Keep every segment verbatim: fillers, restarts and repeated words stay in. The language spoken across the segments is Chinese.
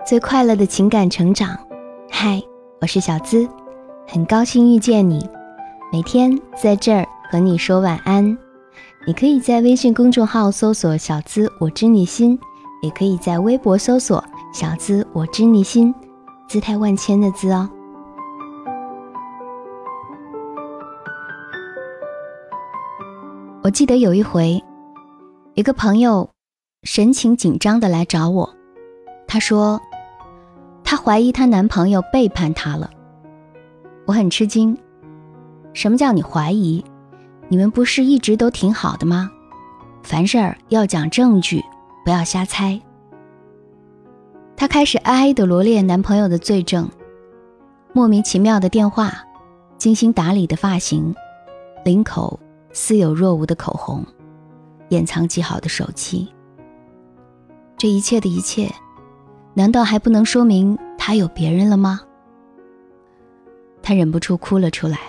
最快乐的情感成长。嗨，我是小资，很高兴遇见你，每天在这儿和你说晚安。你可以在微信公众号搜索小资我知你心，也可以在微博搜索小资我知你心，姿态万千的资哦。我记得有一回，一个朋友神情紧张地来找我，她说她怀疑她男朋友背叛她了。我很吃惊，什么叫你怀疑？你们不是一直都挺好的吗？凡事儿要讲证据，不要瞎猜。她开始哀哀地罗列男朋友的罪证，莫名其妙的电话，精心打理的发型，领口似有若无的口红，掩藏极好的手机。这一切的一切，难道还不能说明他有别人了吗？他忍不住哭了出来。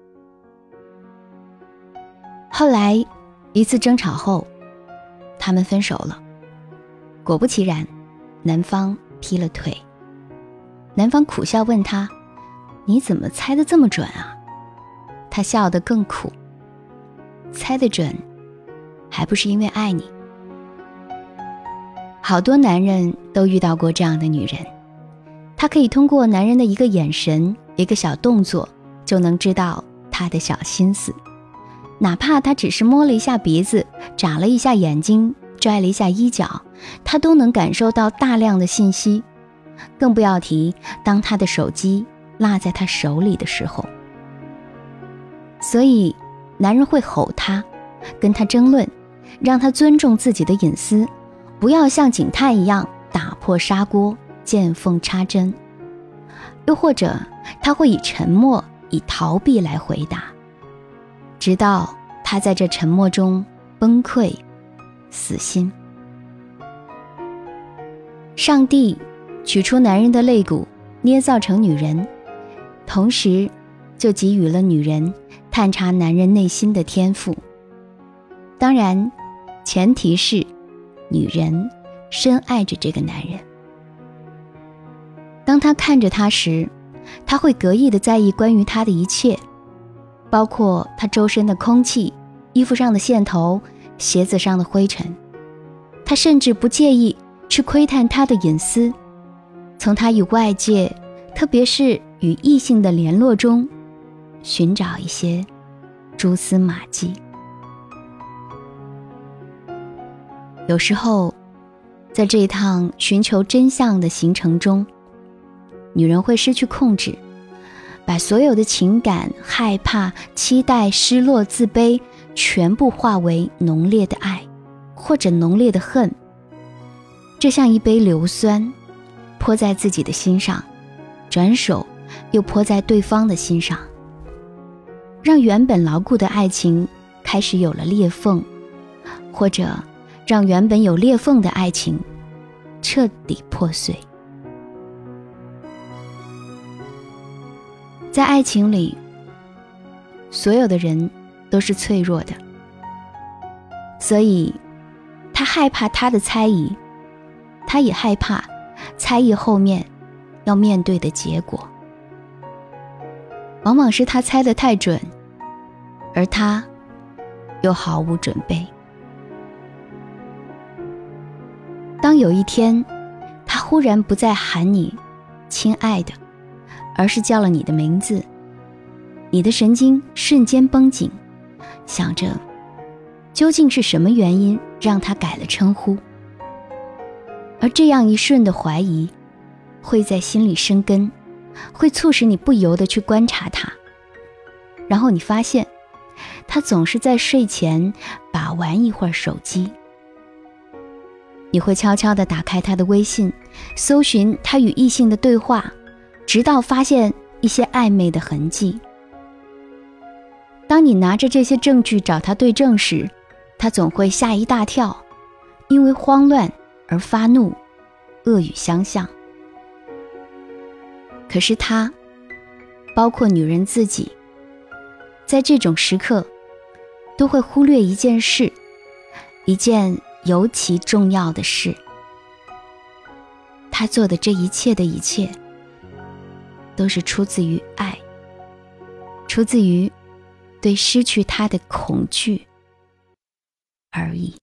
后来一次争吵后，他们分手了。果不其然，男方劈了腿。男方苦笑问他，你怎么猜得这么准啊？他笑得更苦，猜得准还不是因为爱你。好多男人都遇到过这样的女人，她可以通过男人的一个眼神，一个小动作，就能知道他的小心思。哪怕他只是摸了一下鼻子，眨了一下眼睛，拽了一下衣角，他都能感受到大量的信息。更不要提当他的手机落在他手里的时候。所以男人会吼他，跟他争论，让他尊重自己的隐私，不要像警探一样打破砂锅，见缝插针。又或者他会以沉默，以逃避来回答，直到他在这沉默中崩溃死心。上帝取出男人的肋骨，捏造成女人，同时就给予了女人探查男人内心的天赋。当然，前提是女人深爱着这个男人。当他看着他时，他会格意地在意关于他的一切，包括他周身的空气，衣服上的线头，鞋子上的灰尘。他甚至不介意去窥探他的隐私，从他与外界，特别是与异性的联络中，寻找一些蛛丝马迹。有时候，在这一趟寻求真相的行程中，女人会失去控制，把所有的情感、害怕、期待、失落、自卑全部化为浓烈的爱，或者浓烈的恨。这像一杯硫酸，泼在自己的心上，转手又泼在对方的心上，让原本牢固的爱情开始有了裂缝，或者让原本有裂缝的爱情彻底破碎。在爱情里，所有的人都是脆弱的，所以他害怕他的猜疑，他也害怕猜疑后面要面对的结果。往往是他猜得太准，而他又毫无准备。当有一天他忽然不再喊你亲爱的，而是叫了你的名字，你的神经瞬间绷紧，想着究竟是什么原因让他改了称呼。而这样一瞬的怀疑会在心里生根，会促使你不由得去观察他。然后你发现他总是在睡前把玩一会儿手机，你会悄悄地打开他的微信，搜寻他与异性的对话，直到发现一些暧昧的痕迹。当你拿着这些证据找他对证时，他总会吓一大跳，因为慌乱而发怒，恶语相向。可是他，包括女人自己，在这种时刻都会忽略一件事，一件尤其重要的事。 他做的这一切的一切，都是出自于爱，出自于对失去他的恐惧而已。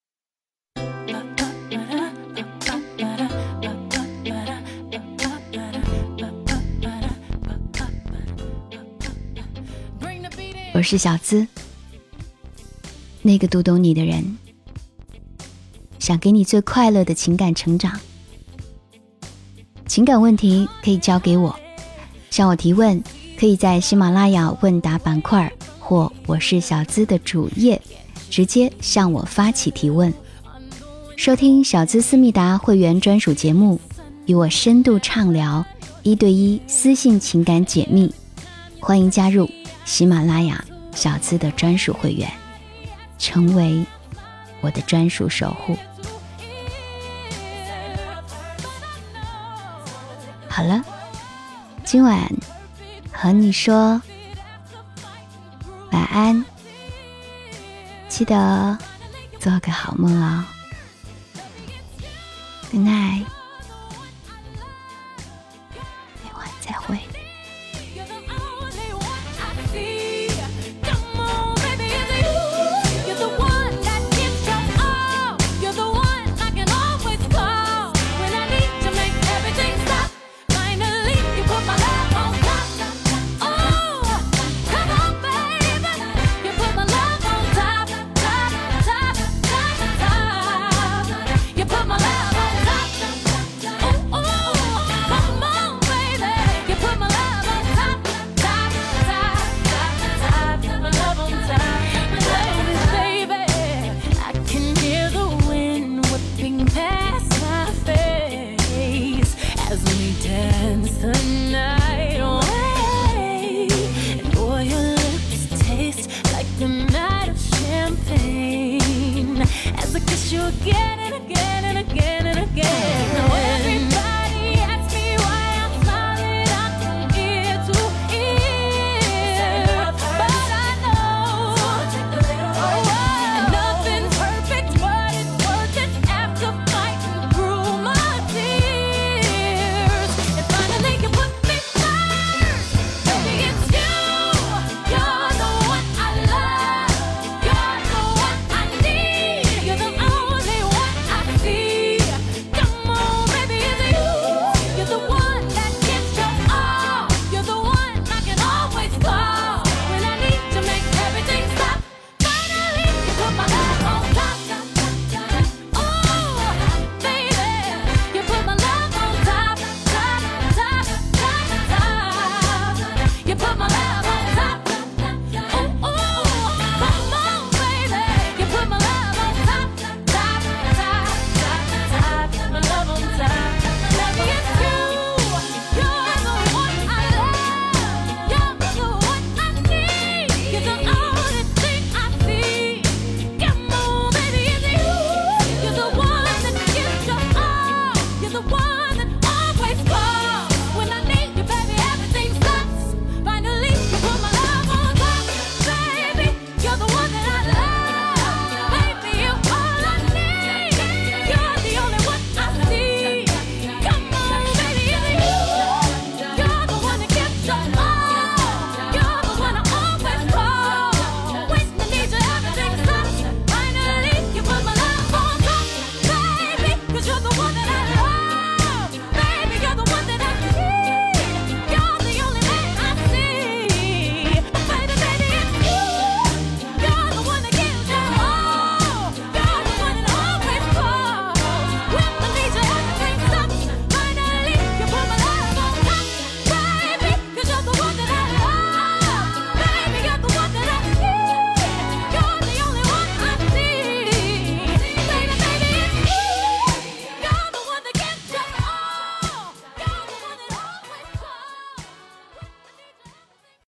我是小资，那个读懂你的人，想给你最快乐的情感成长。情感问题可以交给我，向我提问可以在喜马拉雅问答板块或我是小资的主页直接向我发起提问。收听小资思密达会员专属节目，与我深度畅聊，一对一私信情感解密，欢迎加入喜马拉雅小资的专属会员，成为我的专属守护。好了，今晚和你说晚安，记得做个好梦哦。Good night。